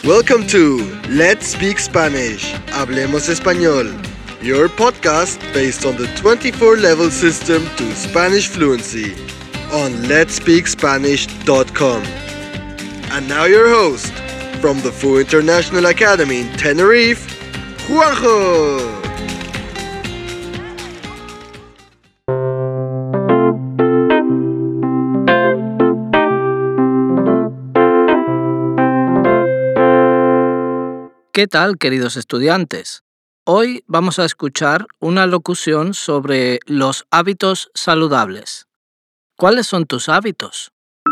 Welcome to Let's Speak Spanish, Hablemos Español, your podcast based on the 24-level system to Spanish fluency on letspeakspanish.com. And now your host, from the FU International Academy in Tenerife, Juanjo! ¿Qué tal, queridos estudiantes? Hoy vamos a escuchar una locución sobre los hábitos saludables. ¿Cuáles son tus hábitos?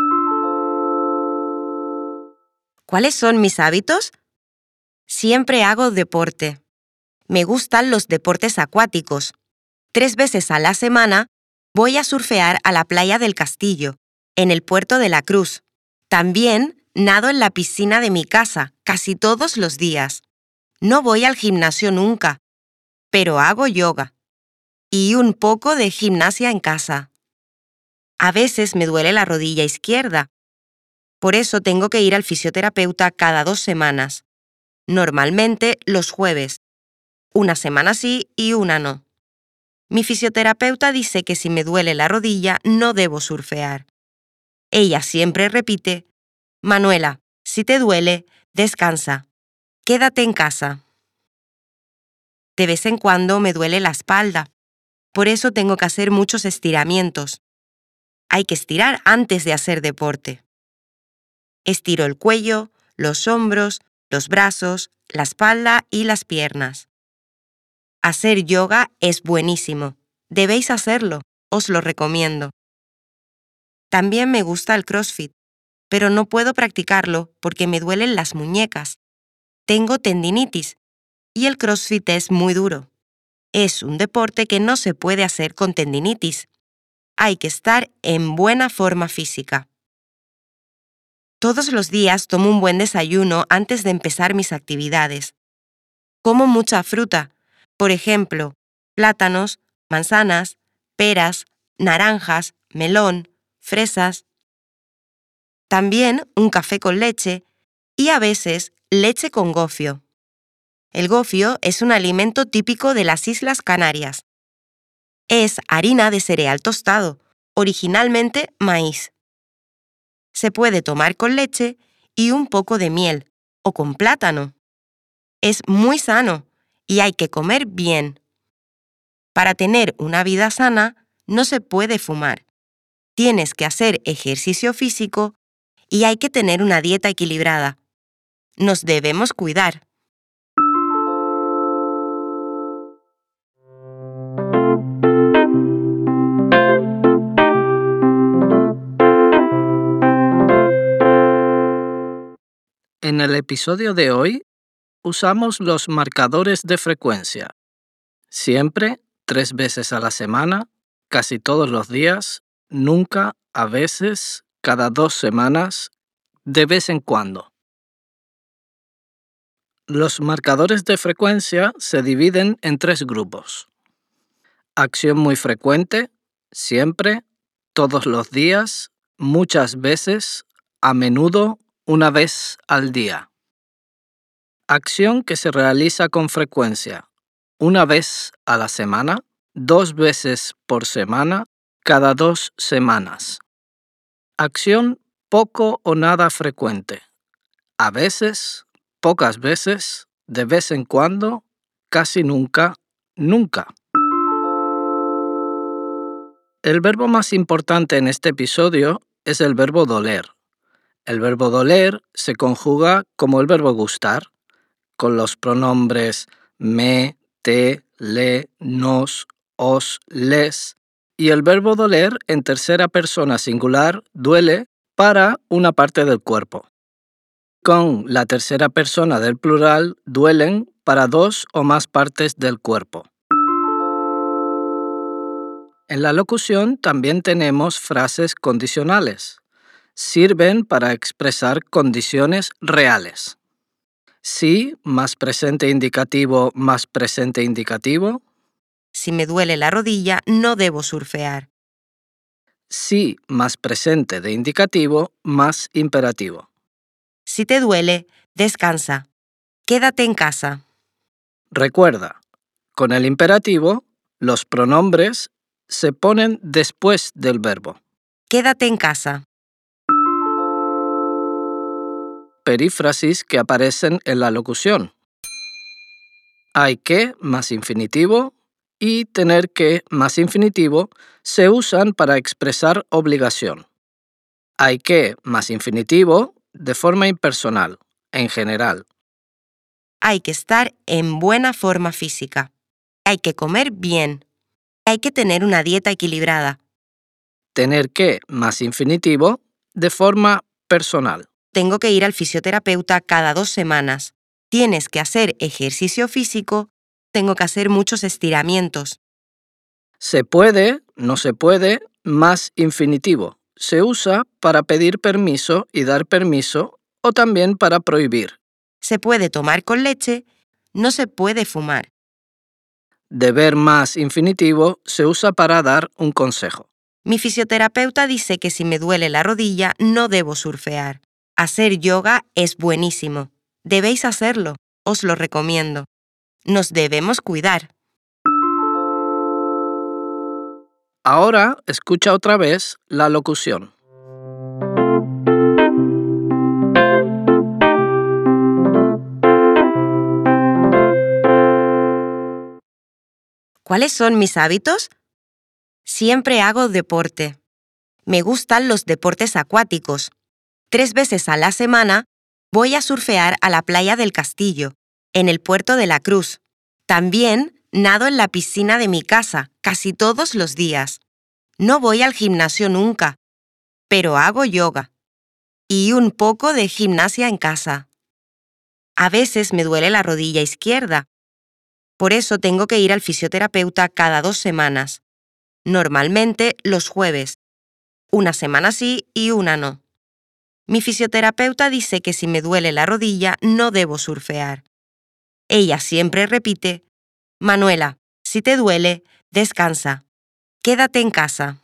¿Cuáles son mis hábitos? Siempre hago deporte. Me gustan los deportes acuáticos. 3 veces a la semana voy a surfear a la playa del Castillo, en el puerto de la Cruz. También nado en la piscina de mi casa casi todos los días. No voy al gimnasio nunca, pero hago yoga y un poco de gimnasia en casa. A veces me duele la rodilla izquierda. Por eso tengo que ir al fisioterapeuta cada 2 semanas. Normalmente los jueves. Una semana sí y una no. Mi fisioterapeuta dice que si me duele la rodilla no debo surfear. Ella siempre repite: Manuela, si te duele, descansa. Quédate en casa. De vez en cuando me duele la espalda. Por eso tengo que hacer muchos estiramientos. Hay que estirar antes de hacer deporte. Estiro el cuello, los hombros, los brazos, la espalda y las piernas. Hacer yoga es buenísimo. Debéis hacerlo, os lo recomiendo. También me gusta el CrossFit, pero no puedo practicarlo porque me duelen las muñecas. Tengo tendinitis y el CrossFit es muy duro. Es un deporte que no se puede hacer con tendinitis. Hay que estar en buena forma física. Todos los días tomo un buen desayuno antes de empezar mis actividades. Como mucha fruta, por ejemplo, plátanos, manzanas, peras, naranjas, melón, fresas. También un café con leche y a veces leche con gofio. El gofio es un alimento típico de las Islas Canarias. Es harina de cereal tostado, originalmente maíz. Se puede tomar con leche y un poco de miel, o con plátano. Es muy sano y hay que comer bien. Para tener una vida sana, no se puede fumar. Tienes que hacer ejercicio físico y hay que tener una dieta equilibrada. Nos debemos cuidar. En el episodio de hoy, usamos los marcadores de frecuencia. Siempre, 3 veces a la semana, casi todos los días, nunca, a veces, cada 2 semanas, de vez en cuando. Los marcadores de frecuencia se dividen en 3 grupos. Acción muy frecuente, siempre, todos los días, muchas veces, a menudo, una vez al día. Acción que se realiza con frecuencia, una vez a la semana, 2 veces por semana, cada 2 semanas. Acción poco o nada frecuente, a veces, pocas veces, de vez en cuando, casi nunca, nunca. El verbo más importante en este episodio es el verbo doler. El verbo doler se conjuga como el verbo gustar, con los pronombres me, te, le, nos, os, les, y el verbo doler en tercera persona singular duele para una parte del cuerpo. Con la tercera persona del plural duelen para 2 o más partes del cuerpo. En la locución también tenemos frases condicionales. Sirven para expresar condiciones reales. Si más presente indicativo más presente indicativo. Si me duele la rodilla, no debo surfear. Si más presente de indicativo más imperativo. Si te duele, descansa. Quédate en casa. Recuerda, con el imperativo, los pronombres se ponen después del verbo. Quédate en casa. Perífrasis que aparecen en la locución. Hay que más infinitivo y tener que más infinitivo se usan para expresar obligación. Hay que más infinitivo de forma impersonal, en general. Hay que estar en buena forma física. Hay que comer bien. Hay que tener una dieta equilibrada. Tener que más infinitivo de forma personal. Tengo que ir al fisioterapeuta cada 2 semanas. Tienes que hacer ejercicio físico. Tengo que hacer muchos estiramientos. Se puede, no se puede, más infinitivo. Se usa para pedir permiso y dar permiso o también para prohibir. Se puede tomar con leche. No se puede fumar. Deber más infinitivo se usa para dar un consejo. Mi fisioterapeuta dice que si me duele la rodilla no debo surfear. Hacer yoga es buenísimo. Debéis hacerlo. Os lo recomiendo. Nos debemos cuidar. Ahora escucha otra vez la locución. ¿Cuáles son mis hábitos? Siempre hago deporte. Me gustan los deportes acuáticos. 3 veces a la semana voy a surfear a la playa del Castillo, en el puerto de la Cruz. También nado en la piscina de mi casa, casi todos los días. No voy al gimnasio nunca, pero hago yoga. Y un poco de gimnasia en casa. A veces me duele la rodilla izquierda. Por eso tengo que ir al fisioterapeuta cada 2 semanas. Normalmente los jueves. Una semana sí y una no. Mi fisioterapeuta dice que si me duele la rodilla no debo surfear. Ella siempre repite: Manuela, si te duele, descansa. Quédate en casa.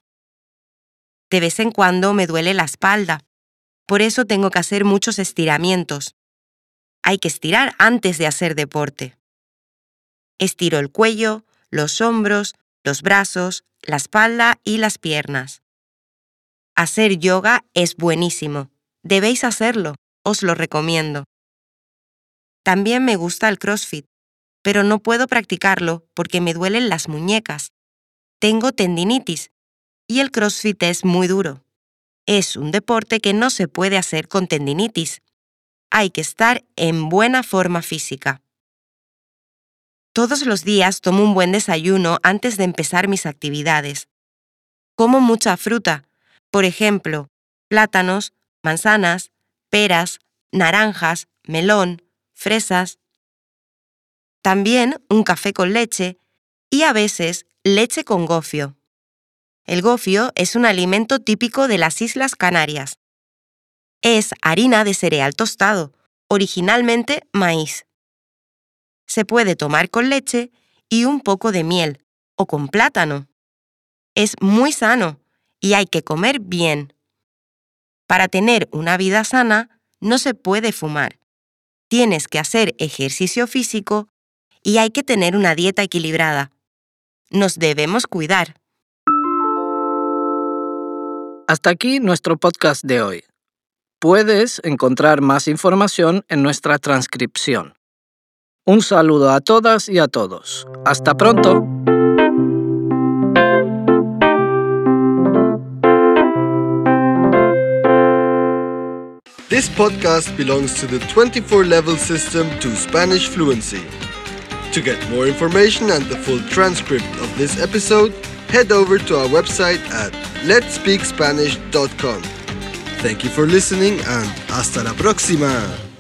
De vez en cuando me duele la espalda. Por eso tengo que hacer muchos estiramientos. Hay que estirar antes de hacer deporte. Estiro el cuello, los hombros, los brazos, la espalda y las piernas. Hacer yoga es buenísimo. Debéis hacerlo. Os lo recomiendo. También me gusta el CrossFit, pero no puedo practicarlo porque me duelen las muñecas. Tengo tendinitis y el CrossFit es muy duro. Es un deporte que no se puede hacer con tendinitis. Hay que estar en buena forma física. Todos los días tomo un buen desayuno antes de empezar mis actividades. Como mucha fruta, por ejemplo, plátanos, manzanas, peras, naranjas, melón, fresas. También un café con leche y a veces leche con gofio. El gofio es un alimento típico de las Islas Canarias. Es harina de cereal tostado, originalmente maíz. Se puede tomar con leche y un poco de miel o con plátano. Es muy sano y hay que comer bien. Para tener una vida sana, no se puede fumar. Tienes que hacer ejercicio físico y hay que tener una dieta equilibrada. Nos debemos cuidar. Hasta aquí nuestro podcast de hoy. Puedes encontrar más información en nuestra transcripción. Un saludo a todas y a todos. Hasta pronto. This podcast belongs to the 24-level system to Spanish fluency. To get more information and the full transcript of this episode, head over to our website at letspeakspanish.com. Thank you for listening and hasta la próxima!